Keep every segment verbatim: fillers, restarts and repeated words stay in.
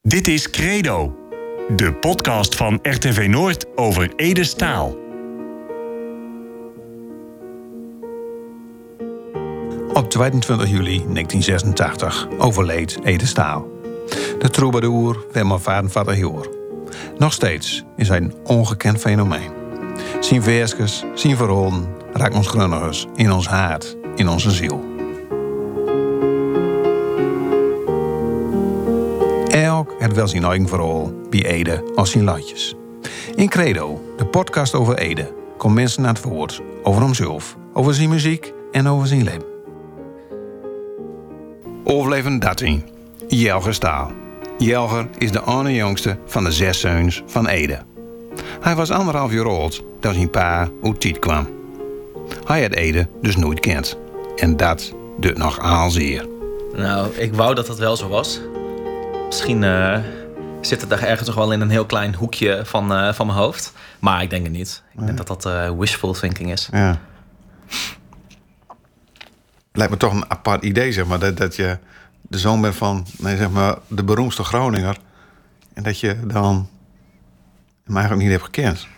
Dit is Credo, de podcast van R T V Noord over Ede Staal. Op tweeëntwintig juli negentien zesentachtig overleed Ede Staal. De troubadour werd maar vijfenveertig jaar. Nog steeds is hij een ongekend fenomeen. Zijn versjes, zijn verhalen raken ons grunnigers in ons hart, in onze ziel. Elk heeft wel zijn eigen verhaal bij Ede als zijn latjes. In Credo, de podcast over Ede, komen mensen naar het woord over hemzelf, over zijn muziek en over zijn leven. Overlevend dertien. Jelger Staal. Jelger is de allerjongste van de zes zoons van Ede. Hij was anderhalf jaar oud toen zijn pa uit Tiet kwam. Hij had Ede dus nooit kend. En dat doet nog aanzeer. Nou, ik wou dat het wel zo was. Misschien uh, zit het daar ergens nog wel in een heel klein hoekje van, uh, van mijn hoofd. Maar ik denk het niet. Ik denk dat dat uh, wishful thinking is. Ja. Lijkt me toch een apart idee, zeg maar. Dat, dat je de zoon bent van, nee, zeg maar, de beroemdste Groninger. En dat je dan hem eigenlijk niet hebt gekend.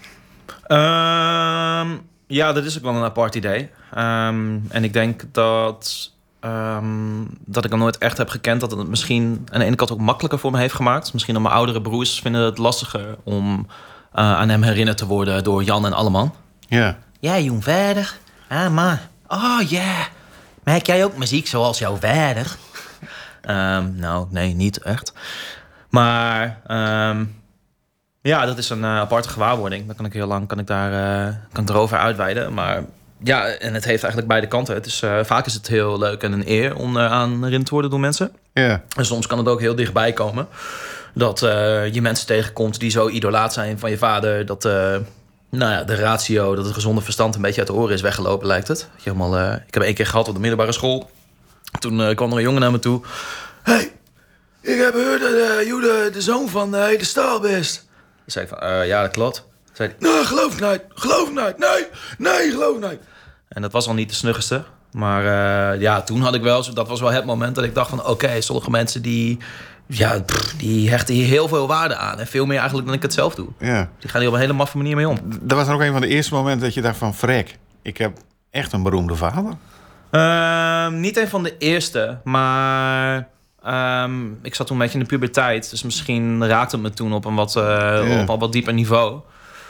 Um, ja, dat is ook wel een apart idee. Um, en ik denk dat... Um, dat ik hem nooit echt heb gekend. Dat het misschien aan de ene kant ook makkelijker voor me heeft gemaakt. Misschien dan mijn oudere broers vinden het lastiger om uh, aan hem herinnerd te worden door Jan en Alleman. Ja. Ja, jong vader. Ah, maar. Oh, ja. Yeah. Maak jij ook muziek zoals jouw vader? Um, nou, nee, niet echt. Maar um, ja, dat is een uh, aparte gewaarwording. Dan kan ik heel lang kan ik daar, uh, kan ik erover uitweiden. Maar ja, en het heeft eigenlijk beide kanten. Het is, uh, vaak is het heel leuk en een eer om uh, aan herinnerd te worden door mensen. Ja. En soms kan het ook heel dichtbij komen. Dat uh, je mensen tegenkomt die zo idolaat zijn van je vader. Dat uh, nou ja, de ratio, dat het gezonde verstand een beetje uit de oren is weggelopen, lijkt het. Dat je helemaal, uh, ik heb één keer gehad op de middelbare school. Toen uh, kwam er een jongen naar me toe. Hey, ik heb gehoord dat uh, je de, de zoon van uh, Ede Staal bent. Toen zei ik van, uh, ja, dat klopt. Toen zei hij, nee, geloof ik niet, geloof ik niet, nee, nee, geloof ik niet. En dat was al niet de snuggeste. Maar uh, ja, toen had ik wel, dat was wel het moment dat ik dacht van, oké, okay, sommige mensen die, ja, pff, die hechten hier heel veel waarde aan. En veel meer eigenlijk dan ik het zelf doe. Ja. Die gaan hier op een hele maffe manier mee om. Dat was ook een van de eerste momenten dat je dacht van, vrek, ik heb echt een beroemde vader. Uh, niet een van de eerste, maar um, ik zat toen een beetje in de puberteit. Dus misschien raakte het me toen op een wat, uh, ja. op een wat dieper niveau.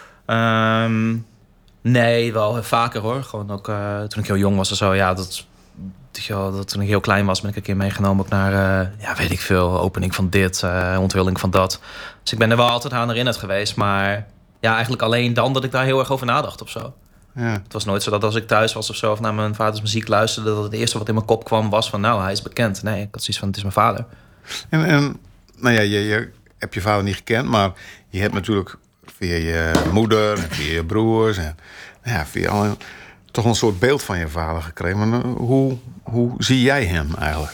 Um, nee, wel vaker hoor. Gewoon ook uh, toen ik heel jong was of zo. Ja, dat, dat, toen ik heel klein was, ben ik een keer meegenomen ook naar, uh, ja, weet ik veel, opening van dit, uh, onthulling van dat. Dus ik ben er wel altijd aan herinnerd geweest. Maar ja, eigenlijk alleen dan dat ik daar heel erg over nadacht of zo. Ja. Het was nooit zo dat als ik thuis was of zo of naar mijn vaders muziek luisterde, dat het eerste wat in mijn kop kwam was van, nou, hij is bekend. Nee, ik had zoiets van, het is mijn vader. En, en nou ja, je, je hebt je vader niet gekend, maar je hebt natuurlijk via je moeder en via je broers en nou ja, via al, toch een soort beeld van je vader gekregen. Maar hoe, hoe zie jij hem eigenlijk?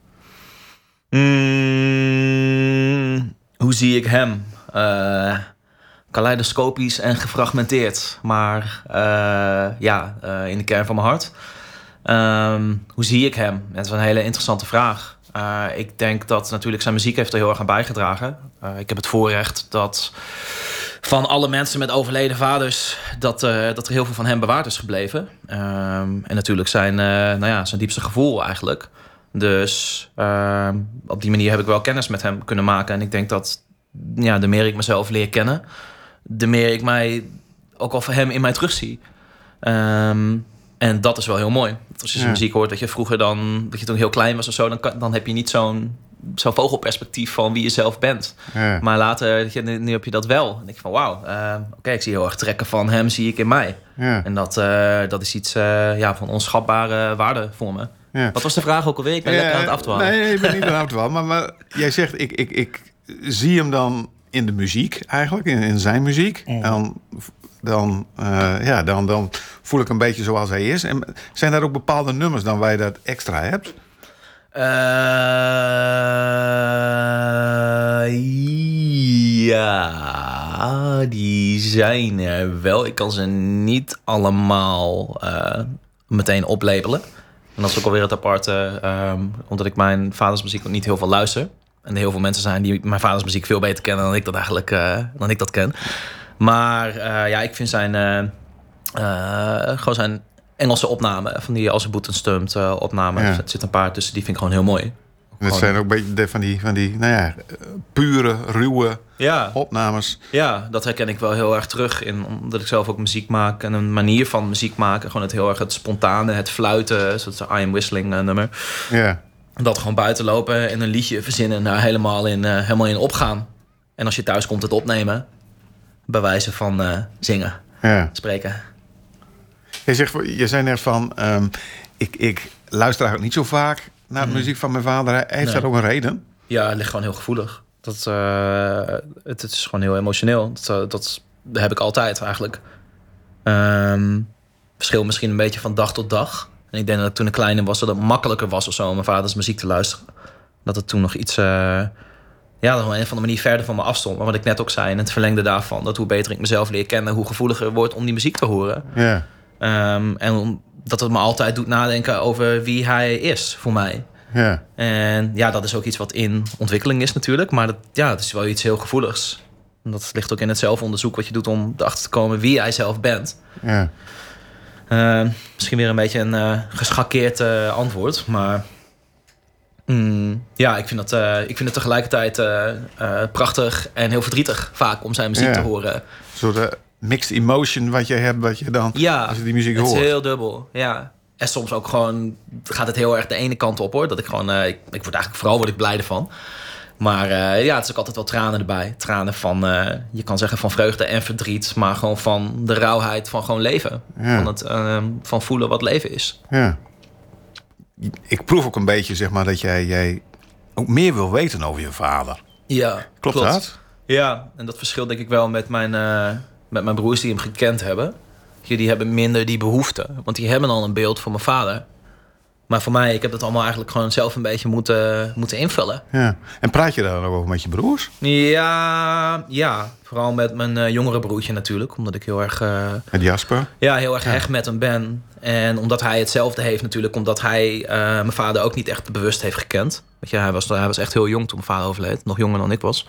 Mm, hoe zie ik hem? Uh, Kaleidoscopisch en gefragmenteerd, maar uh, ja, uh, in de kern van mijn hart. Um, hoe zie ik hem? Dat is een hele interessante vraag. Uh, ik denk dat natuurlijk zijn muziek heeft er heel erg aan bijgedragen. Uh, ik heb het voorrecht dat van alle mensen met overleden vaders, dat, uh, dat er heel veel van hem bewaard is gebleven. Um, en natuurlijk zijn, uh, nou ja, zijn diepste gevoel eigenlijk. Dus uh, op die manier heb ik wel kennis met hem kunnen maken. En ik denk dat ja, de meer ik mezelf leer kennen, de meer ik mij ook al van hem in mij terugzie. Um, en dat is wel heel mooi. Als je zijn ja. muziek hoort, dat je vroeger dan, dat je toen heel klein was of zo, dan, kan, dan heb je niet zo'n, zo'n vogelperspectief van wie je zelf bent. Ja. Maar later, nu heb je dat wel. Dan denk je van, wauw, uh, oké, okay, ik zie heel erg trekken van hem, zie ik in mij. Ja. En dat, uh, dat is iets uh, ja, van onschatbare waarde voor me. Ja. Wat was de vraag ook alweer? Ik ben ja, lekker aan het aftwalen. Nee, ik ben niet aan het aftwalen. Maar, maar jij zegt, ik, ik, ik zie hem dan in de muziek eigenlijk, in, in zijn muziek. Mm. Dan, dan, uh, ja, dan, dan voel ik een beetje zoals hij is. En zijn daar ook bepaalde nummers dan waar je dat extra hebt? Uh, ja, die zijn er wel. Ik kan ze niet allemaal uh, meteen oplepelen. En dat is ook alweer het aparte, um, omdat ik mijn vaders muziek ook niet heel veel luister. En heel veel mensen zijn die mijn vaders muziek veel beter kennen dan ik dat eigenlijk uh, dan ik dat ken. Maar uh, ja, ik vind zijn uh, uh, gewoon zijn Engelse opnamen van die als een boet en stumt uh, opnamen. Ja. Er zitten een paar tussen die vind ik gewoon heel mooi. Dat zijn ook een beetje de, van die, van die nou ja, pure, ruwe Ja. opnames. Ja, dat herken ik wel heel erg terug in, omdat ik zelf ook muziek maak en een manier van muziek maken. Gewoon het heel erg het spontane, het fluiten, zoals de I Am Whistling uh, nummer. Ja. Dat gewoon buiten lopen en een liedje verzinnen en daar helemaal in, uh, helemaal in opgaan. En als je thuis komt het opnemen, bij wijze van uh, zingen, Ja. spreken. Je zegt, je zei net van, um, ik, ik luister eigenlijk niet zo vaak naar de Mm. muziek van mijn vader. Heeft Nee. dat ook een reden? Ja, het ligt gewoon heel gevoelig. Dat, uh, het, het is gewoon heel emotioneel. Dat, uh, dat, dat heb ik altijd eigenlijk. Um, verschil misschien een beetje van dag tot dag. En ik denk dat toen ik kleiner was, dat het makkelijker was of zo om mijn vaders muziek te luisteren. Dat het toen nog iets, uh, ja, dat op een of andere manier verder van me afstond. Maar wat ik net ook zei, in het verlengde daarvan, dat hoe beter ik mezelf leer kennen, hoe gevoeliger het wordt om die muziek te horen. Ja. Um, en dat het me altijd doet nadenken over wie hij is voor mij. Ja. En ja, dat is ook iets wat in ontwikkeling is natuurlijk. Maar dat, ja, het is wel iets heel gevoeligs. En dat ligt ook in het zelfonderzoek wat je doet om erachter te komen wie jij zelf bent. Ja. Uh, misschien weer een beetje een uh, geschakeerd uh, antwoord. Maar mm, ja, ik vind, dat, uh, ik vind het tegelijkertijd uh, uh, prachtig en heel verdrietig vaak om zijn muziek Ja. te horen. Een soort uh, mixed emotion wat je hebt, wat je dan, Ja, als je die muziek het hoort. is heel dubbel, ja. En soms ook gewoon gaat het heel erg de ene kant op, hoor. Dat ik gewoon, uh, ik, ik word eigenlijk vooral word ik blij ervan. Maar uh, ja, het is ook altijd wel tranen erbij. Tranen van, uh, je kan zeggen van vreugde en verdriet, maar gewoon van de rauwheid van gewoon leven. Ja. Van, het, uh, van voelen wat leven is. Ja. Ik proef ook een beetje, zeg maar, dat jij, jij ook meer wil weten over je vader. Ja, Klopt, dat? Ja, en dat verschilt denk ik wel met mijn, uh, met mijn broers die hem gekend hebben. Die hebben minder die behoefte. Want die hebben al een beeld van mijn vader. Maar voor mij, ik heb dat allemaal eigenlijk gewoon zelf een beetje moeten, moeten invullen. Ja. En praat je daar dan ook over met je broers? Ja, ja. Vooral met mijn uh, jongere broertje natuurlijk. Omdat ik heel erg, uh, Met Jasper? ja, heel erg Ja. hecht met hem ben. En omdat hij hetzelfde heeft natuurlijk. Omdat hij uh, mijn vader ook niet echt bewust heeft gekend. Weet je, hij was, hij was echt heel jong toen mijn vader overleed. Nog jonger dan ik was.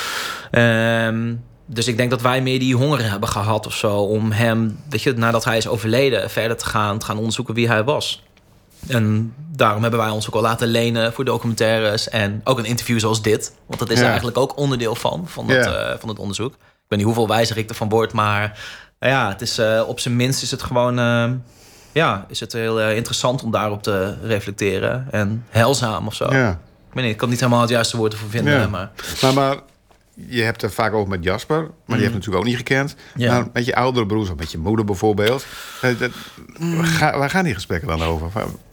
Um, Dus ik denk dat wij meer die honger hebben gehad of zo. Om hem, weet je, nadat hij is overleden, verder te gaan, te gaan onderzoeken wie hij was. En daarom hebben wij ons ook al laten lenen voor documentaires. En ook een interview zoals dit. Want dat is Ja. er eigenlijk ook onderdeel van, van het, Ja. uh, van het onderzoek. Ik weet niet hoeveel wijzer ik ervan word, maar uh, ja, het is, uh, op zijn minst is het gewoon, uh, ja, is het heel uh, interessant om daarop te reflecteren. En heilzaam of zo. Ja. Ik weet niet, ik kan niet helemaal het juiste woord ervoor vinden, Ja. maar... Maar, maar je hebt het vaak over met Jasper, maar die heb je natuurlijk ook niet gekend. Ja. Maar met je oudere broers of met je moeder bijvoorbeeld. eh, dat- ga- waar gaan die gesprekken dan over?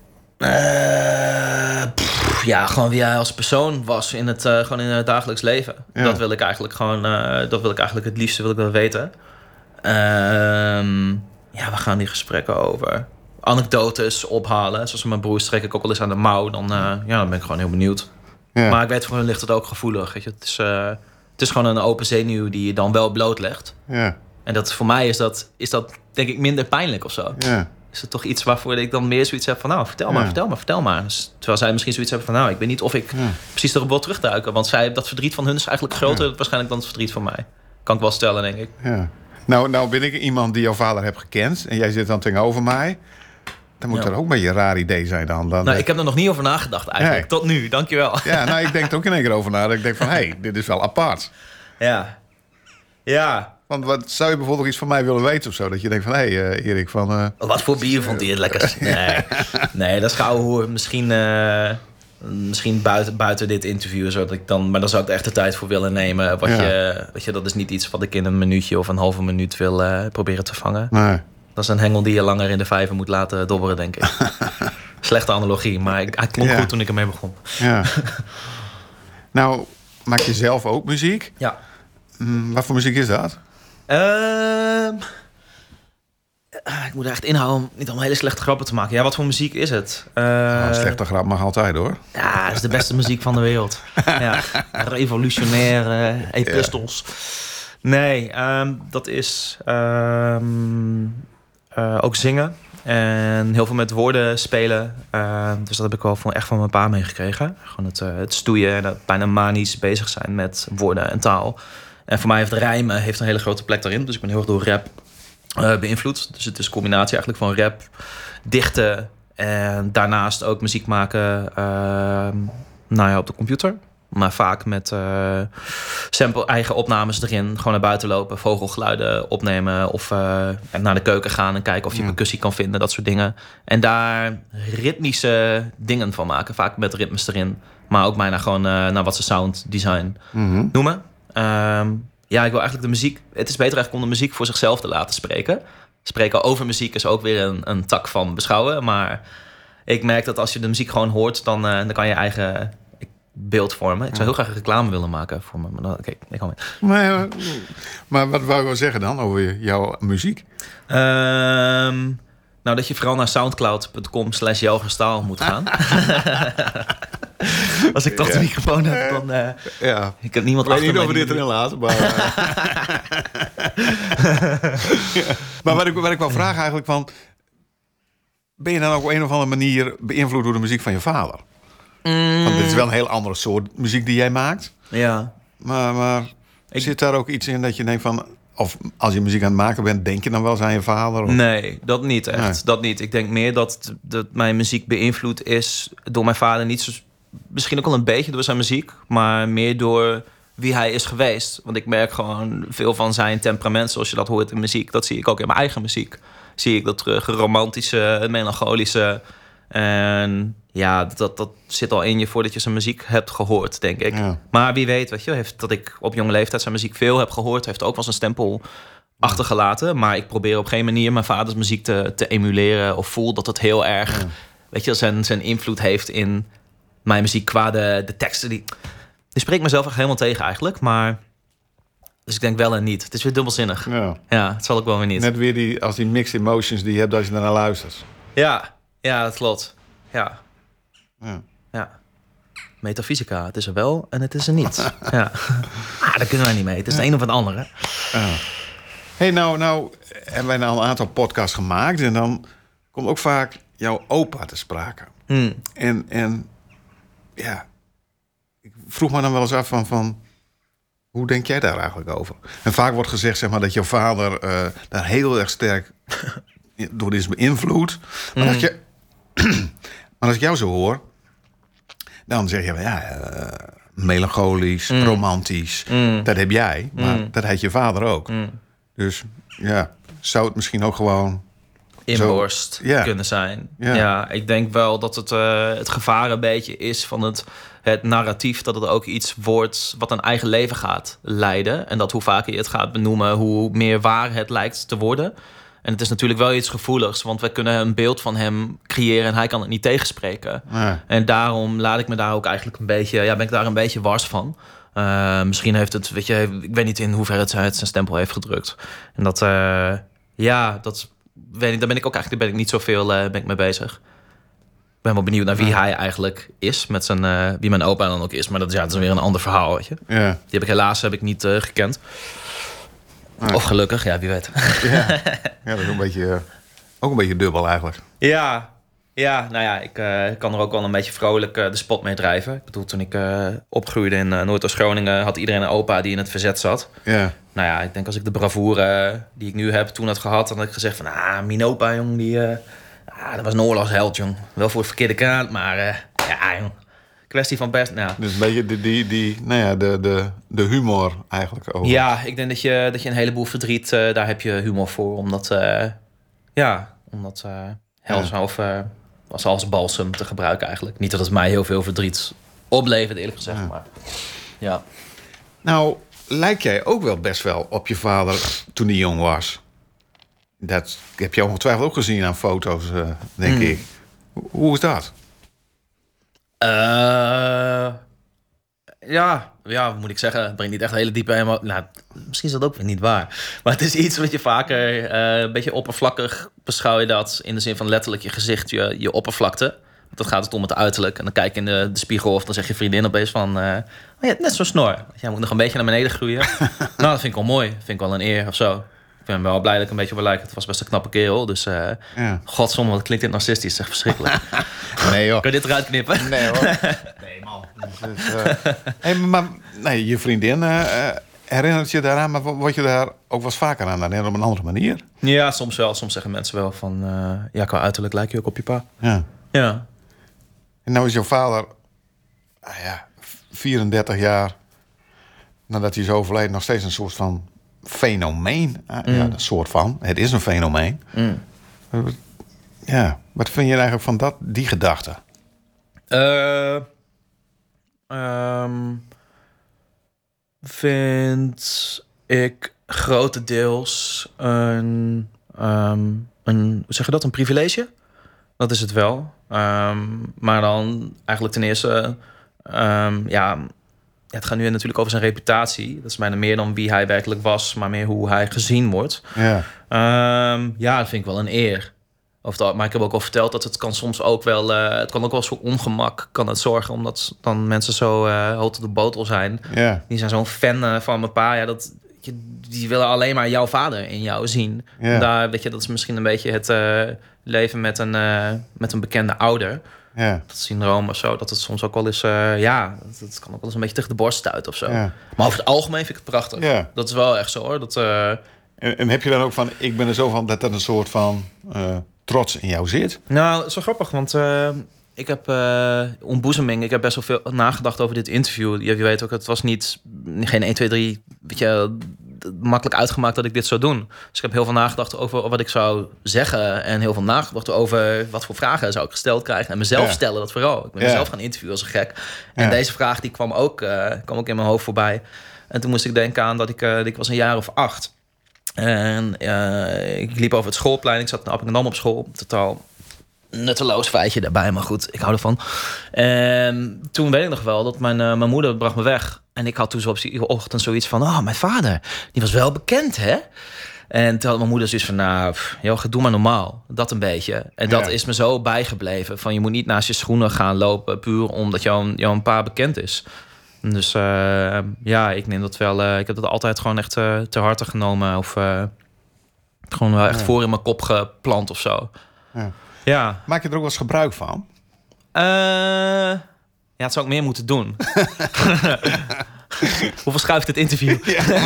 Eh, pff, ja, gewoon wie hij als persoon was in het, uh, gewoon in het dagelijks leven. Ja. Dat wil ik eigenlijk gewoon, uh, dat wil ik eigenlijk het liefste wil ik wel weten. Ehm, ja, waar gaan die gesprekken over? Anekdotes ophalen. Zoals mijn broers trek ik ook wel eens aan de mouw. Dan, uh, ja, dan ben ik gewoon heel benieuwd. Ja. Maar ik weet voor hun ligt het ook gevoelig. Weet je? Het, is, uh, het is gewoon een open zenuw die je dan wel blootlegt. Ja, En dat, voor mij is dat, is dat denk ik minder pijnlijk of zo. ja, Is het toch iets waarvoor ik dan meer zoiets heb van... nou, vertel maar, Ja. vertel maar, vertel maar. Dus, terwijl zij misschien zoiets hebben van... nou, ik weet niet of ik Ja. precies erop wil terugduiken. Want zij, dat verdriet van hun is eigenlijk groter waarschijnlijk dan het verdriet van mij. Kan ik wel stellen, denk ik. ja. Nou, nou ben ik iemand die jouw vader hebt gekend en jij zit dan tegenover mij. Dan moet Ja. dat ook een beetje een raar idee zijn dan. dan Nou, ik heb er nog niet over nagedacht eigenlijk. Nee. Tot nu, dankjewel. Ja, nou, ik denk er ook in één keer over na. Dat ik denk van, hé, hey, dit is wel apart. Ja. Ja. Want wat zou je bijvoorbeeld iets van mij willen weten of zo? Dat je denkt van, hé, hey, uh, Erik, van... Uh, Wat voor bier vond hij het lekkerst? Nee, nee dat is gauw hoor. Misschien, uh, misschien buiten, buiten dit interview. Zodat ik dan, maar dan zou ik er echt de tijd voor willen nemen. Wat Ja. je, weet je, dat is niet iets wat ik in een minuutje of een halve minuut wil uh, proberen te vangen. nee. Dat is een hengel die je langer in de vijver moet laten dobberen, denk ik. Slechte analogie, maar ik, hij klonk Ja. goed toen ik ermee begon. Ja. Nou, maak je zelf ook muziek? Ja. Mm, wat voor muziek is dat? Ehm, ah, ik moet er echt inhouden om niet allemaal hele slechte grappen te maken. Ja, wat voor muziek is het? Uh, Oh, een slechte grap mag altijd, hoor. Ja, het is de beste muziek van de wereld. Ja, revolutionaire epistels. Nee, um, dat is um, uh, ook zingen. En heel veel met woorden spelen. Uh, dus dat heb ik wel van, echt van mijn pa meegekregen. Gewoon het, uh, het stoeien en het bijna manisch bezig zijn met woorden en taal. En voor mij heeft rijmen heeft een hele grote plek daarin. Dus ik ben heel erg door rap uh, beïnvloed. Dus het is een combinatie eigenlijk van rap, dichten en daarnaast ook muziek maken uh, nou ja, op de computer. Maar vaak met uh, sample eigen opnames erin. Gewoon naar buiten lopen, vogelgeluiden opnemen. Of uh, naar de keuken gaan en kijken of je percussie kan vinden. Dat soort dingen. En daar ritmische dingen van maken. Vaak met ritmes erin. Maar ook bijna gewoon uh, naar wat ze sound design mm-hmm. noemen. Um, ja, ik wil eigenlijk de muziek... Het is beter eigenlijk om de muziek voor zichzelf te laten spreken. Spreken over muziek is ook weer een, een tak van beschouwen. Maar ik merk dat als je de muziek gewoon hoort... dan, uh, dan kan je eigen... beeld vormen. Ik zou heel graag een reclame willen maken voor me. Maar dan, oké, ik kan mee. Maar, maar wat wou je wel zeggen dan over jouw muziek? Um, nou, dat je vooral naar soundcloud punt com slash Jelgerstaal moet gaan. Als ik toch ja. de microfoon heb, dan... Uh, ja. Ik heb niemand achter mij. Ik weet niet niet of we dit erin laten, maar... ja. Maar wat ik, wat ik wel vraag eigenlijk van... Ben je dan ook op een of andere manier beïnvloed door de muziek van je vader? Mm. Want dit is wel een heel andere soort muziek die jij maakt. Ja. Maar, maar ik... zit daar ook iets in dat je denkt van... Of als je muziek aan het maken bent, denk je dan wel eens aan je vader? Of? Nee, dat niet echt. Nee. Dat niet. Ik denk meer dat, dat mijn muziek beïnvloed is door mijn vader. Niet zo, misschien ook al een beetje door zijn muziek, maar meer door wie hij is geweest. Want ik merk gewoon veel van zijn temperament, zoals je dat hoort in muziek. Dat zie ik ook in mijn eigen muziek. Zie ik dat terug. Het romantische, het melancholische. En ja, dat, dat zit al in je voordat je zijn muziek hebt gehoord, denk ik. Ja. Maar wie weet, weet je, heeft dat ik op jonge leeftijd zijn muziek veel heb gehoord, heeft ook wel zijn stempel achtergelaten. Maar ik probeer op geen manier mijn vaders muziek te, te emuleren of voel dat het heel erg, ja. weet je, zijn, zijn invloed heeft in mijn muziek qua de, de teksten. Die, die spreekt mezelf echt helemaal tegen eigenlijk, maar... Dus ik denk wel en niet. Het is weer dubbelzinnig. Ja, ja het zal ook wel weer niet. Net weer die, als die mixed emotions die je hebt als je daarnaar luistert. Ja, ja, dat klopt. Ja. Ja. ja. Metafysica, het is er wel en het is er niet. ja. Ah, daar kunnen wij niet mee. Het is ja. het een of het andere. Ja. Hey, nou, nou hebben wij nou een aantal podcasts gemaakt... en dan komt ook vaak jouw opa te sprake. Mm. En, en ja, ik vroeg me dan wel eens af van... van hoe denk jij daar eigenlijk over? En vaak wordt gezegd zeg maar, dat jouw vader uh, daar heel erg sterk door is beïnvloed. Maar, mm. als je, maar als ik jou zo hoor, dan zeg je, ja, uh, melancholisch, mm. romantisch. Mm. Dat heb jij, maar mm. dat had je vader ook. Mm. Dus ja, zou het misschien ook gewoon... inborst zo, yeah. kunnen zijn. Yeah. Ja, ik denk wel dat het, uh, het gevaar een beetje is van het, het narratief... dat het ook iets wordt wat een eigen leven gaat leiden. En dat hoe vaker je het gaat benoemen... hoe meer waar het lijkt te worden. En het is natuurlijk wel iets gevoeligs... want we kunnen een beeld van hem creëren... en hij kan het niet tegenspreken. Nee. En daarom laat ik me daar ook eigenlijk een beetje... ja, ben ik daar een beetje wars van. Uh, misschien heeft het, weet je... ik weet niet in hoeverre het zijn stempel heeft gedrukt. En dat, uh, ja, dat... weet ik, daar ben ik ook eigenlijk ben ik niet zoveel uh, ben ik mee bezig. Ik ben wel benieuwd naar wie ja. hij eigenlijk is. Met zijn, uh, wie mijn opa dan ook is. Maar dat, ja, dat is weer een ander verhaal, weet je. Ja. Die heb ik helaas heb ik niet uh, gekend. Ja. Of gelukkig, ja, wie weet. Ja, ja dat is een beetje, ook een beetje dubbel eigenlijk. Ja, ja nou ja, ik uh, kan er ook wel een beetje vrolijk uh, de spot mee drijven. Ik bedoel, toen ik uh, opgroeide in uh, Noordoost-Groningen... had iedereen een opa die in het verzet zat. Ja. Nou ja, ik denk als ik de bravoure uh, die ik nu heb toen had gehad... dan had ik gezegd van, ah, mijn opa, jong, die... Uh, ah, dat was een oorlogsheld, jong. Wel voor het verkeerde kant, maar uh, ja, jong. Kwestie van best, nou. Dus een beetje die, die, die nou ja, de, de, de humor eigenlijk over. Ja, ik denk dat je, dat je een heleboel verdriet, uh, daar heb je humor voor. Omdat, uh, ja, omdat uh, hels ja. of uh, als, als balsem te gebruiken eigenlijk. Niet dat het mij heel veel verdriet oplevert, eerlijk gezegd, ja. maar ja. Nou, lijk jij ook wel best wel op je vader toen hij jong was? Dat heb je ongetwijfeld ook gezien aan foto's, uh, denk mm. ik. Hoe, hoe is dat? Uh, ja, ja, wat moet ik zeggen? Het brengt niet echt een hele diepe emotie. Nou, misschien is dat ook weer niet waar. Maar het is iets wat je vaker uh, een beetje oppervlakkig beschouw je dat. In de zin van letterlijk je gezicht, je, je oppervlakte. Want dan gaat het om het uiterlijk. En dan kijk je in de, de spiegel of dan zeg je vriendin opeens van... Uh, oh ja, net zo'n snor. Jij moet nog een beetje naar beneden groeien. Nou, dat vind ik wel mooi. Dat vind ik wel een eer of zo. Ik ben wel blij dat ik een beetje op lijk. Het was best een knappe kerel. Dus uh, Ja. godzomme, wat klinkt dit narcistisch. Echt verschrikkelijk. Nee joh. Kun je dit eruit knippen? Nee hoor. Nee man. Dus, uh, hey, maar nee, je vriendin uh, herinnert je daaraan, maar word je daar ook wel eens vaker aan herinnerd op een andere manier? Ja, soms wel. Soms zeggen mensen wel van... Uh, ja, qua uiterlijk lijk je ook op je pa. Ja. Ja. En nou is jouw vader, ah ja, vierendertig jaar nadat hij is overleden, nog steeds een soort van fenomeen. Ah, Mm. Ja, een soort van. Het is een fenomeen. Mm. Ja, wat vind je eigenlijk van dat, die gedachte? Uh, um, vind ik grotendeels een, um, een, hoe zeg je dat, een privilege? Dat is het wel. Um, maar dan eigenlijk ten eerste, um, ja, het gaat nu natuurlijk over zijn reputatie. Dat is bijna meer dan wie hij werkelijk was, maar meer hoe hij gezien wordt. Ja, Um, ja, dat vind ik wel een eer. Of dat, maar ik heb ook al verteld dat het kan soms ook wel... Uh, het kan ook wel eens voor ongemak kan het zorgen... omdat dan mensen zo uh, hot to the botel zijn. ja, Die zijn zo'n fan uh, van mijn pa. Ja, dat, je, die willen alleen maar jouw vader in jou zien. Ja. Daar, weet je, dat is misschien een beetje het uh, leven met een, uh, met een bekende ouder. ja. Dat syndroom of zo. Dat het soms ook wel eens... Uh, ja, dat, dat kan ook wel eens een beetje tegen de borst stuiten of zo. Ja. Maar over het algemeen vind ik het prachtig. Ja. Dat is wel echt zo hoor. Dat... Uh, En, en heb je dan ook van, ik ben er zo van dat dat een soort van uh, trots in jou zit? Nou, het is wel grappig, want uh, ik heb uh, ontboezeming. Ik heb best wel veel nagedacht over dit interview. Je, je weet ook, het was niet geen één, twee, drie, weet je, makkelijk uitgemaakt dat ik dit zou doen. Dus ik heb heel veel nagedacht over wat ik zou zeggen en heel veel nagedacht over wat voor vragen zou ik gesteld krijgen en mezelf Ja. stellen dat vooral. Ik ben Ja. mezelf gaan interviewen als een gek. En Ja. deze vraag die kwam ook, uh, kwam ook in mijn hoofd voorbij. En toen moest ik denken aan dat ik, uh, ik was een jaar of acht. En uh, ik liep over het schoolplein. Ik zat in Appingedam op school. Totaal nutteloos feitje daarbij, maar goed, ik hou ervan. En toen weet ik nog wel dat mijn, uh, mijn moeder bracht me weg. En ik had toen zo op die ochtend zoiets van... oh, mijn vader, die was wel bekend, hè? En toen had mijn moeder zoiets van... nou, pff, joh, doe maar normaal. Dat een beetje. En dat Ja. is me zo bijgebleven. Van je moet niet naast je schoenen gaan lopen... puur omdat jouw, jouw pa bekend is. Dus uh, ja, ik neem dat wel... Uh, ik heb dat altijd gewoon echt uh, ter harte genomen. Of uh, gewoon wel echt Ja. voor in mijn kop geplant of zo. Ja. Ja. Maak je er ook wel eens gebruik van? Uh, ja, het zou ik meer moeten doen. Hoeveel schuift dit interview?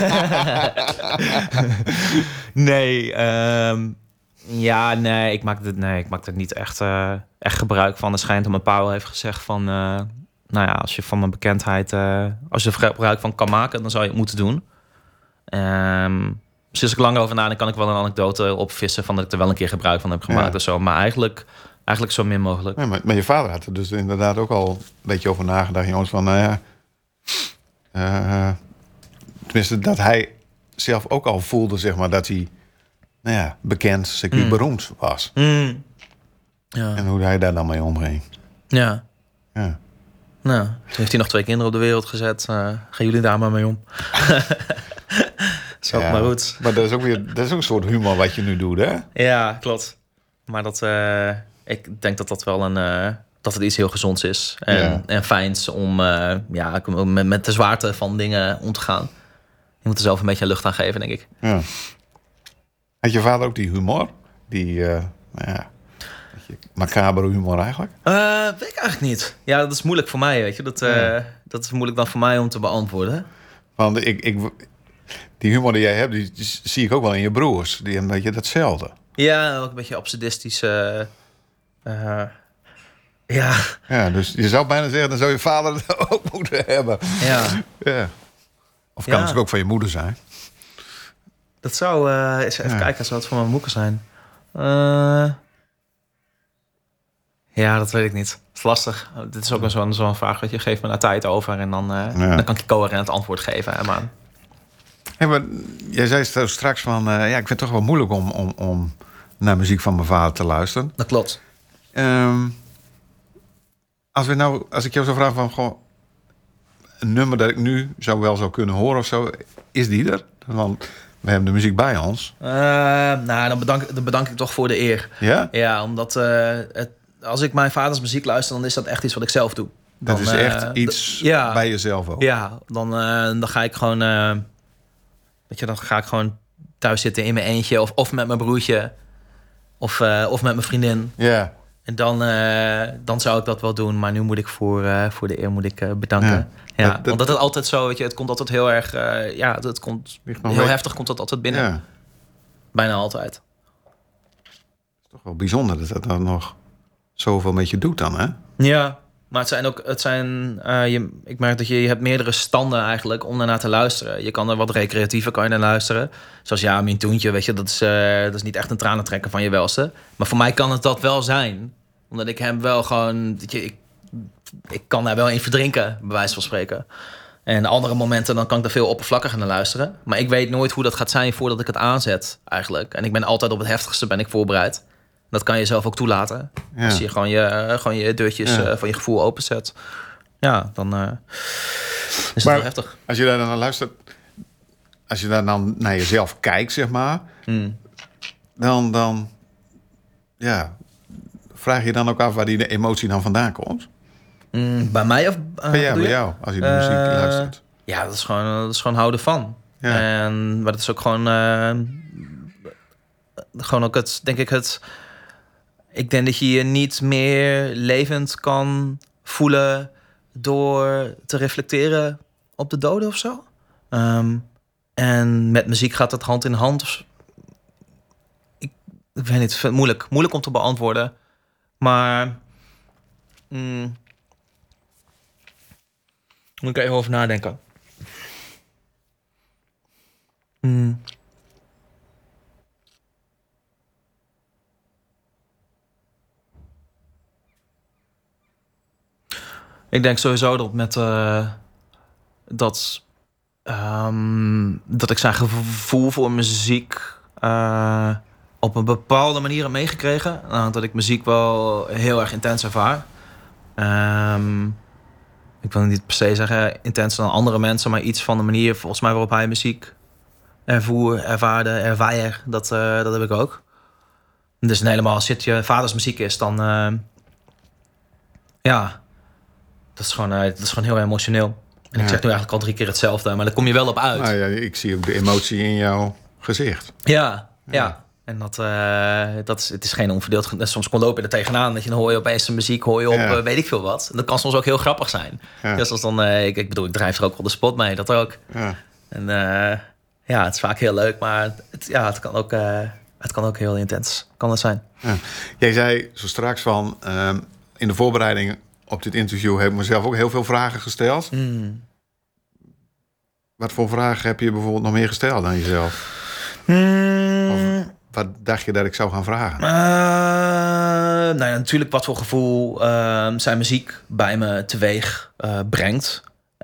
nee, um, ja, nee, ik maak, het, nee, ik maak er niet echt, uh, echt gebruik van. Er schijnt dat mijn pa wel heeft gezegd van... Uh, nou ja, als je van mijn bekendheid... Uh, als je er gebruik van kan maken, dan zou je het moeten doen. Um, dus als ik langer over nadenk, kan ik wel een anekdote opvissen... van dat ik er wel een keer gebruik van heb gemaakt Ja. of zo. Maar eigenlijk, eigenlijk zo min mogelijk. Nee, maar, maar je vader had er dus inderdaad ook al een beetje over nagedacht, jongens. Van, nou ja... Uh, tenminste, dat hij zelf ook al voelde, zeg maar, dat hij... nou ja, bekend, zeg maar, Mm. beroemd was. Mm. Ja. En hoe hij daar dan mee omging. Ja. Ja. Nou, toen heeft hij nog twee kinderen op de wereld gezet. Uh, gaan jullie daar maar mee om. Zo, Ja, maar goed. Maar dat is ook weer dat is ook een soort humor wat je nu doet, hè? Ja, klopt. Maar dat, uh, ik denk dat dat wel een... Uh, dat het iets heel gezonds is. En, Ja. en fijns om uh, ja, met, met de zwaarte van dingen om te gaan. Je moet er zelf een beetje lucht aan geven, denk ik. Ja. Had je vader ook die humor? Die, uh, nou ja, beetje macabere humor eigenlijk? Uh, weet ik eigenlijk niet. Ja, dat is moeilijk voor mij, weet je. Dat, uh, Ja. dat is moeilijk dan voor mij om te beantwoorden. Want ik, ik, die humor die jij hebt, die, die zie ik ook wel in je broers. Die hebben een beetje datzelfde. Ja, ook een beetje absurdistisch. Uh, uh, ja, Ja, dus je zou bijna zeggen, dan zou je vader het ook moeten hebben. ja. Ja. Of kan Ja. natuurlijk ook van je moeder zijn. Dat zou... Uh, eens even Ja. kijken, zou het van mijn moeder zijn? Uh, ja, dat weet ik niet. Het is lastig. Dit is ook een zo'n zo'n vraag wat je geeft me daar tijd over. En dan, uh, Ja. dan kan ik je coherent antwoord geven. Hè, maar, Hey, maar jij zei zo straks van, uh, ja, ik vind het toch wel moeilijk om, om, om naar muziek van mijn vader te luisteren. dat klopt. Um, als, we nou, als ik jou zou vragen van gewoon een nummer dat ik nu zou wel zou kunnen horen of zo, is die er? Want we hebben de muziek bij ons. Uh, nou, dan bedank, dan bedank ik toch voor de eer. Ja? Ja, omdat uh, het, als ik mijn vaders muziek luister, dan is dat echt iets wat ik zelf doe. Dan, Dat is uh, echt iets d- ja, bij jezelf ook. Ja, dan, uh, dan ga ik gewoon... Uh, weet je, dan ga ik gewoon thuis zitten in mijn eentje... of, of met mijn broertje, of, uh, of met mijn vriendin. Ja. En dan, uh, dan zou ik dat wel doen. Maar nu moet ik voor, uh, voor de eer moet ik, uh, bedanken. Ja. Ja, dat, dat, omdat het altijd zo, weet je, het komt altijd heel erg... Uh, ja, het, het komt heel mee. heftig komt dat altijd binnen. Ja. Bijna altijd. Het is toch wel bijzonder dat dat dan nog zoveel met je doet dan, hè? Ja, maar het zijn ook... Het zijn, uh, je, ik merk dat je, je hebt meerdere standen eigenlijk om daarnaar te luisteren. Je kan er wat recreatiever kan je naar luisteren. Zoals ja, mijn toentje, weet je, dat is, uh, dat is niet echt een tranentrekker van je welste. Maar voor mij kan het dat wel zijn. Omdat ik hem wel gewoon... Weet je, ik, ik kan daar wel in verdrinken, bij wijze van spreken. En andere momenten, dan kan ik er veel oppervlakkiger naar luisteren. Maar ik weet nooit hoe dat gaat zijn voordat ik het aanzet, eigenlijk. En ik ben altijd op het heftigste ben ik voorbereid. Dat kan je zelf ook toelaten. Ja. Als je gewoon je, uh, gewoon je deurtjes ja. uh, van je gevoel openzet. Ja, dan uh, is het maar wel heftig. Als je daar dan naar luistert... Als je daar dan naar jezelf kijkt, zeg maar... Mm. Dan, dan... Ja... Vraag je dan ook af waar die emotie dan vandaan komt? Mm, bij mij of uh, bij, jou, bij jou, als je de muziek uh, luistert. Ja, dat is gewoon, dat is gewoon houden van. Ja. En, maar dat is ook gewoon... Uh, gewoon ook het, denk ik, het... Ik denk dat je je niet meer levend kan voelen... door te reflecteren op de doden of zo. Um, en met muziek gaat dat hand in hand. Ik, ik weet niet, het moeilijk. Moeilijk om te beantwoorden. Maar... Mm, moet ik even over nadenken. Mm. Ik denk sowieso dat met uh, dat um, dat ik zijn gevoel voor muziek uh, op een bepaalde manier heb meegekregen. Uh, dat ik muziek wel heel erg intens ervaar. Um, ik wil niet per se zeggen intenser dan andere mensen, maar iets van de manier volgens mij waarop hij muziek ervoer, ervaarde, ervaar, dat, uh, dat heb ik ook. Dus helemaal als het je vaders muziek is, dan uh, ja, dat is gewoon, uh, dat is gewoon heel emotioneel. En ja. Ik zeg nu eigenlijk al drie keer hetzelfde, maar daar kom je wel op uit. Nou ja, ik zie ook de emotie in jouw gezicht. Ja, ja. ja. En dat, uh, dat is, het is geen onverdeeld... Soms kon lopen je er tegenaan. Dat je dan hoor je opeens de muziek, hoor je op ja. uh, weet ik veel wat. En dat kan soms ook heel grappig zijn. Ja. Dus als dan, uh, ik, ik bedoel, ik drijf er ook wel de spot mee. Dat ook. Ja. En uh, ja, het is vaak heel leuk. Maar het, ja, het, kan ook, uh, het kan ook heel intens. Kan het zijn. Ja. Jij zei zo straks van... Uh, in de voorbereiding op dit interview... heb ik mezelf ook heel veel vragen gesteld. Mm. Wat voor vragen heb je bijvoorbeeld nog meer gesteld aan jezelf? Mm. Of, wat dacht je dat ik zou gaan vragen? Uh, nou ja, natuurlijk wat voor gevoel uh, zijn muziek bij me teweeg uh, brengt.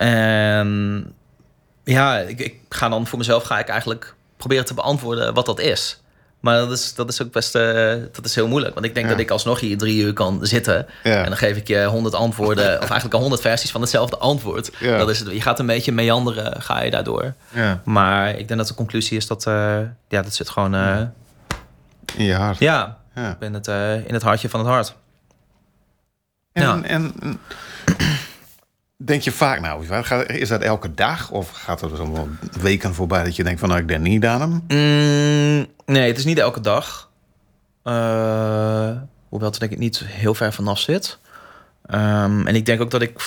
En ja, ik, ik ga dan voor mezelf ga ik eigenlijk proberen te beantwoorden wat dat is. Maar dat is, dat is ook best uh, dat is heel moeilijk. Want ik denk ja. dat ik alsnog hier drie uur kan zitten. Ja. En dan geef ik je honderd antwoorden. Of eigenlijk al honderd versies van hetzelfde antwoord. Ja. Dat is het, je gaat een beetje meanderen, ga je daardoor. Ja. Maar ik denk dat de conclusie is dat... Uh, ja, dat zit gewoon... Uh, in je hart. Ja, ja. In, het, uh, in het hartje van het hart. En, ja. en denk je vaak, nou, is dat elke dag? Of gaat er zo weken voorbij dat je denkt van, nou, ik denk niet aan hem? Mm, nee, het is niet elke dag. Uh, hoewel het denk ik niet heel ver vanaf zit. Um, en ik denk ook dat ik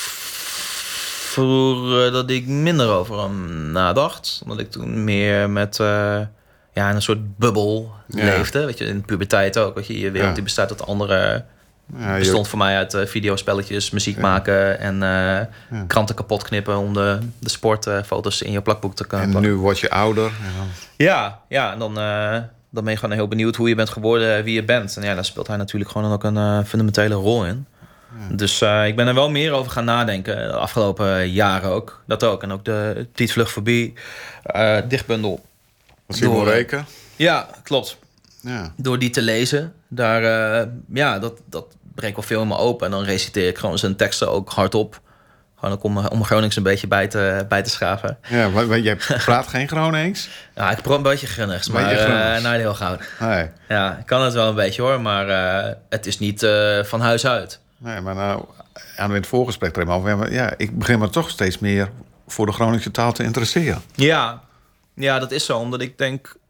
vroeger dat ik minder over hem nadacht. Omdat ik toen meer met... Uh, ja, een soort bubbel ja. leefde. Weet je, in de puberteit ook. Weet je, je wereld ja. die bestaat uit andere... Ja, bestond je... voor mij uit uh, videospelletjes, muziek ja. maken... en uh, ja. kranten kapot knippen... om de, de sportfoto's uh, in je plakboek te kunnen En plakken. nu word je ouder. Ja, ja, ja en dan, uh, dan ben je gewoon heel benieuwd... hoe je bent geworden, wie je bent. En ja, daar speelt hij natuurlijk gewoon ook een uh, fundamentele rol in. Ja. Dus uh, ik ben er wel meer over gaan nadenken. De afgelopen jaren ook. Dat ook. En ook de Tietvlucht voorbij. Uh, dichtbundel. Wat zie je voor weken? Ja, klopt. Ja. Door die te lezen, daar, uh, ja, dat, dat breekt wel veel in me open. En dan reciteer ik gewoon zijn teksten ook hardop. Gewoon ook om, om Gronings een beetje bij te, bij te schaven. Ja, maar jij praat geen Gronings? Ja, ik praat een beetje Gronings, maar uh, naar de heel gauw. Nee. Ja, ik kan het wel een beetje hoor, maar uh, het is niet uh, van huis uit. Nee, maar nou, aan het voorgesprek over, ja, ik begin me toch steeds meer voor de Groningse taal te interesseren. Ja, ja, dat is zo, omdat ik denk...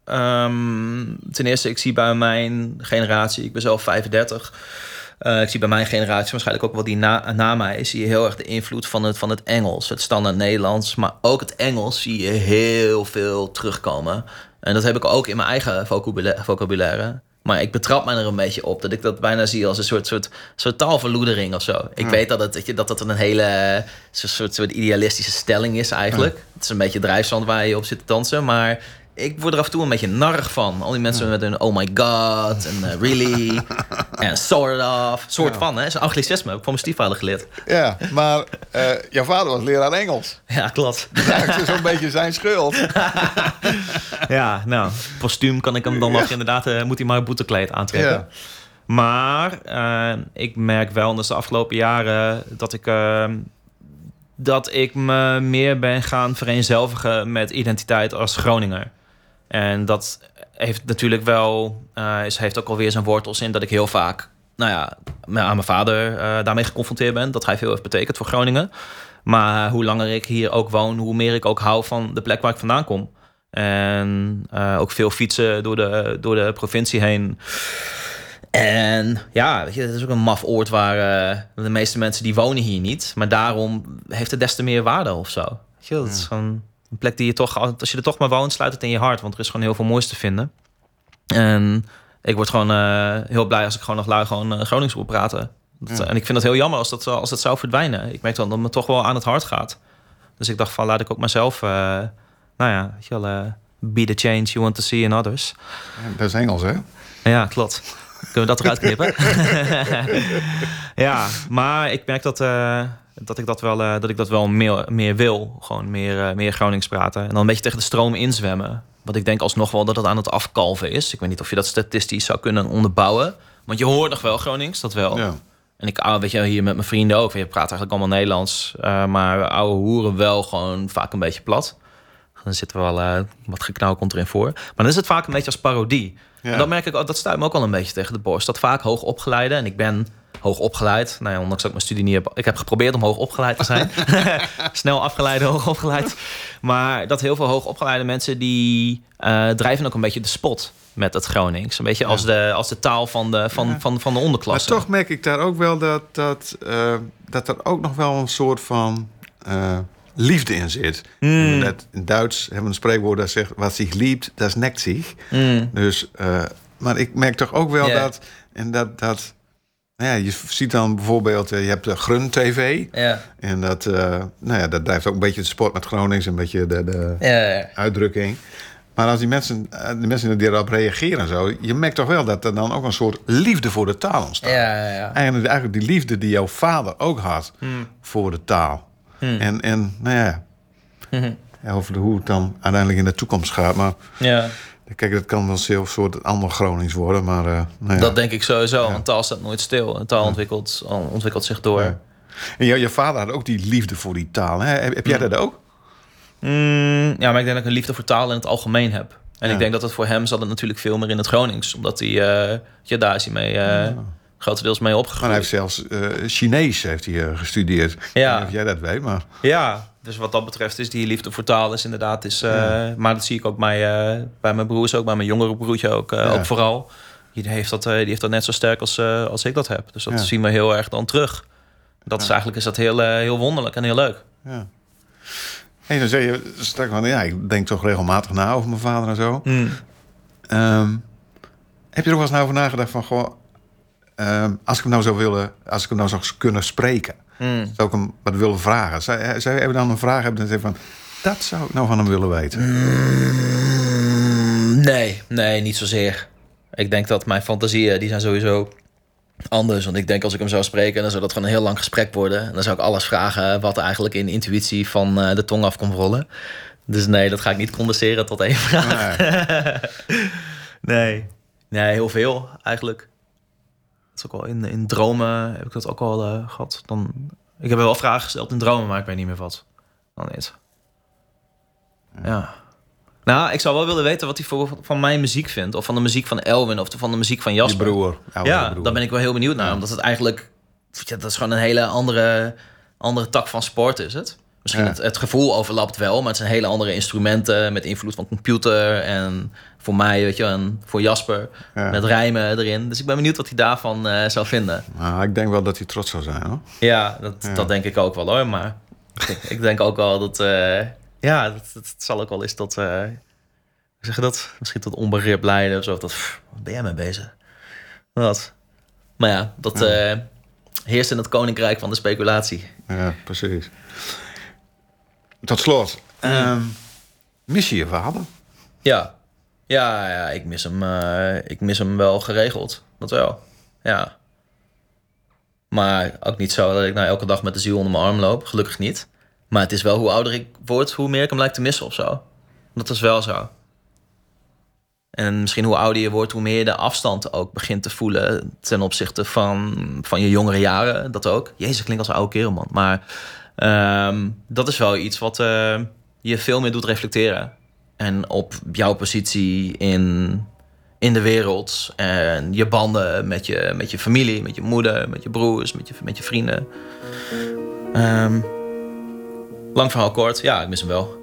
Um, ten eerste, ik zie bij mijn generatie, ik ben zelf vijfendertig... Uh, ik zie bij mijn generatie waarschijnlijk ook wel die na, na mij... zie je heel erg de invloed van het, van het Engels, het standaard Nederlands. Maar ook het Engels zie je heel veel terugkomen. En dat heb ik ook in mijn eigen vocabulaire. vocabulaire. Maar ik betrap mij er een beetje op dat ik dat bijna zie als een soort, soort, soort taalverloedering of zo. Ik ja. weet dat het, dat, dat een hele soort, soort idealistische stelling is eigenlijk. Ja. Het is een beetje drijfzand waar je op zit te dansen, maar... ik word er af en toe een beetje narrig van. Al die mensen ja. met hun oh my god en uh, really en sort of. Soort ja. van, hè? Dat is een anglicisme. Heb ik van mijn stiefvader geleerd. Ja, maar uh, jouw vader was leraar Engels. Ja, klopt. Dat is eigenlijk zo'n beetje zijn schuld. Ja, nou, postuum kan ik hem dan nog ja. inderdaad... Uh, moet hij maar een boetekleed aantrekken. Ja. Maar uh, ik merk wel, dus de afgelopen jaren... dat ik... Uh, dat ik me meer ben gaan vereenzelvigen met identiteit als Groninger. En dat heeft natuurlijk wel... Uh, is, heeft ook alweer zijn wortels in dat ik heel vaak... nou ja, aan mijn vader uh, daarmee geconfronteerd ben. Dat hij veel heeft betekend voor Groningen. Maar hoe langer ik hier ook woon... hoe meer ik ook hou van de plek waar ik vandaan kom. En uh, ook veel fietsen door de, door de provincie heen... En ja, weet je, het is ook een maf oord waar uh, de meeste mensen die wonen hier niet. Maar daarom heeft het des te meer waarde of zo. Weet je, dat is gewoon een plek die je toch, als je er toch maar woont, sluit het in je hart. Want er is gewoon heel veel moois te vinden. En ik word gewoon uh, heel blij als ik gewoon nog lui gewoon uh, Gronings wil praten. Dat, ja. En ik vind het heel jammer als dat, als dat zou verdwijnen. Ik merk dan dat het me toch wel aan het hart gaat. Dus ik dacht van, laat ik ook mezelf, uh, nou ja, weet je wel, uh, be the change you want to see in others. Ja, dat is Engels, hè? Ja, klopt. Kunnen we dat eruit knippen? Ja, maar ik merk dat, uh, dat ik dat wel, uh, dat ik dat wel meer, meer wil. Gewoon meer, uh, meer Gronings praten. En dan een beetje tegen de stroom inzwemmen. Want ik denk alsnog wel dat het aan het afkalven is. Ik weet niet of je dat statistisch zou kunnen onderbouwen. Want je hoort nog wel Gronings, dat wel. Ja. En ik, weet je, hier met mijn vrienden ook. Je praat eigenlijk allemaal Nederlands. Uh, maar oude hoeren wel gewoon vaak een beetje plat. Dan zit er wel uh, wat geknauw komt erin voor. Maar dan is het vaak een beetje als parodie. Ja. En dan merk ik, dat stuit me ook al een beetje tegen de borst. Dat vaak hoog opgeleide, en ik ben hoog opgeleid. Nou ja, ondanks dat ik mijn studie niet heb... Ik heb geprobeerd om hoog opgeleid te zijn. Snel afgeleid, hoog opgeleid. Maar dat heel veel hoog opgeleide mensen... die uh, drijven ook een beetje de spot met het Gronings. Een beetje ja. als, de, als de taal van de, van, ja. van, van de onderklasse. Maar toch merk ik daar ook wel dat, dat, uh, dat er ook nog wel een soort van... Uh, liefde in zit. Mm. Dat, in Duits hebben we een spreekwoord dat zegt... wat zich liebt, dat nekt zich. Mm. Dus, uh, maar ik merk toch ook wel yeah. dat... en dat, dat nou ja, je ziet dan bijvoorbeeld... Uh, je hebt de Grun T V. Yeah. En dat, uh, nou ja, dat drijft ook een beetje de sport met Gronings... een beetje de, de yeah. uitdrukking. Maar als die mensen, de mensen die erop reageren en zo... je merkt toch wel dat er dan ook een soort liefde voor de taal ontstaat. Yeah, yeah, yeah. Eigenlijk, eigenlijk die liefde die jouw vader ook had... Mm. voor de taal. Hmm. En, en nou ja, mm-hmm. ja, over de, hoe het dan uiteindelijk in de toekomst gaat. Maar ja. kijk, dat kan wel een soort ander Gronings worden. Maar, uh, nou ja. Dat denk ik sowieso, ja. want taal staat nooit stil. Taal ja. ontwikkelt, ontwikkelt zich door. Ja. En jou, je vader had ook die liefde voor die taal. Hè? Heb, heb jij mm. dat ook? Mm, ja, maar ik denk dat ik een liefde voor taal in het algemeen heb. En ja. ik denk dat het voor hem zat het natuurlijk veel meer in het Gronings. Omdat hij, uh, ja, daar is hij mee... Uh, ja. grotendeels mee opgegroeid. Maar hij heeft zelfs uh, Chinees heeft hij, uh, gestudeerd. Ja. Ik weet niet of jij dat weet, maar... Ja, dus wat dat betreft is die liefde voor taal is inderdaad... Is, uh, ja. maar dat zie ik ook bij, uh, bij mijn broers ook, bij mijn jongere broertje ook, uh, ja. ook vooral. Die heeft, dat, uh, die heeft dat net zo sterk als, uh, als ik dat heb. Dus dat ja. zien we heel erg dan terug. Dat ja. is eigenlijk is dat heel, uh, heel wonderlijk en heel leuk. Ja. Hey, dan zeg je straks van, ja, ik denk toch regelmatig na over mijn vader en zo. Mm. Um, heb je er ook wel eens nou over nagedacht van... Goh, Um, als ik hem nou zou willen, als ik hem nou zou kunnen spreken, mm. zou ik hem wat willen vragen. Zou, zou je even dan een vraag hebben en zeggen van, dat zou ik nou van hem willen weten? Mm, nee, nee, niet zozeer. Ik denk dat mijn fantasieën, die zijn sowieso anders. Want ik denk als ik hem zou spreken, dan zou dat gewoon een heel lang gesprek worden. En dan zou ik alles vragen wat eigenlijk in intuïtie van uh, de tong af komt rollen. Dus nee, dat ga ik niet condenseren tot één vraag. Nee, nee. nee heel veel eigenlijk. Dat is ook al in, in dromen heb ik dat ook al uh, gehad. Dan, ik heb wel vragen gesteld in dromen, maar ik weet niet meer wat. Dan niet. Ja. Nou, ik zou wel willen weten wat hij voor, van mijn muziek vindt. Of van de muziek van Elwin, of de, van de muziek van Jasper. Je broer. Ja, broer. Daar ben ik wel heel benieuwd naar. Ja. Omdat het eigenlijk... Ja, dat is gewoon een hele andere, andere tak van sport is het. Misschien Ja. het, het gevoel overlapt wel, maar het zijn hele andere instrumenten met invloed van computer. En voor mij, weet je, en voor Jasper Ja. met rijmen erin. Dus ik ben benieuwd wat hij daarvan uh, zou vinden. Nou, ik denk wel dat hij trots zou zijn, hoor. Ja, dat, Ja. dat denk ik ook wel hoor. Maar ik, ik denk ook wel dat, uh, ja, dat, dat, het zal ook wel eens tot, uh, hoe zeg je dat? Misschien tot onbegrip leiden of zo. Of dat, pff, wat ben jij mee bezig? Dat. Maar ja, dat Ja. Uh, heerst in het koninkrijk van de speculatie. Ja, precies. Tot slot. ehm, mis je je vader? Ja, ja, ja ik, mis hem, uh, ik mis hem wel geregeld. Dat wel, ja. Maar ook niet zo dat ik nou elke dag met de ziel onder mijn arm loop. Gelukkig niet. Maar het is wel hoe ouder ik word, hoe meer ik hem lijkt te missen of zo. Dat is wel zo. En misschien hoe ouder je wordt, hoe meer je de afstand ook begint te voelen ten opzichte van, van je jongere jaren. Dat ook. Jezus, klinkt als een oude kerel, man. Maar um, dat is wel iets wat uh, je veel meer doet reflecteren. En op jouw positie in, in de wereld. En je banden met je, met je familie, met je moeder, met je broers, met je, met je vrienden. Um, lang verhaal kort. Ja, ik mis hem wel.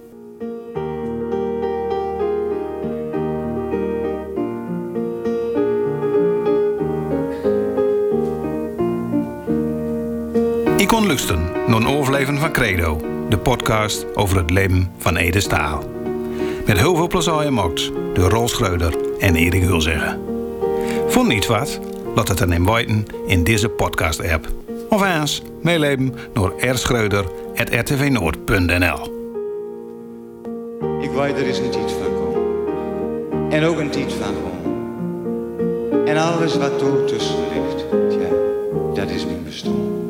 Ik kon luisteren naar een overleven van Credo, de podcast over het leven van Ede Staal. Met heel veel plezier gemaakt door Rolf Schreuder en Erik Hulzeggen. Vond niet wat? Laat het dan in weten in deze podcast-app. Of eens meeleven naar r schreuder at r t v noord punt n l. Ik weet er is een tijd van komen. En ook een tijd van gewoon. En alles wat er tussen ligt, ja, dat is mijn bestaan.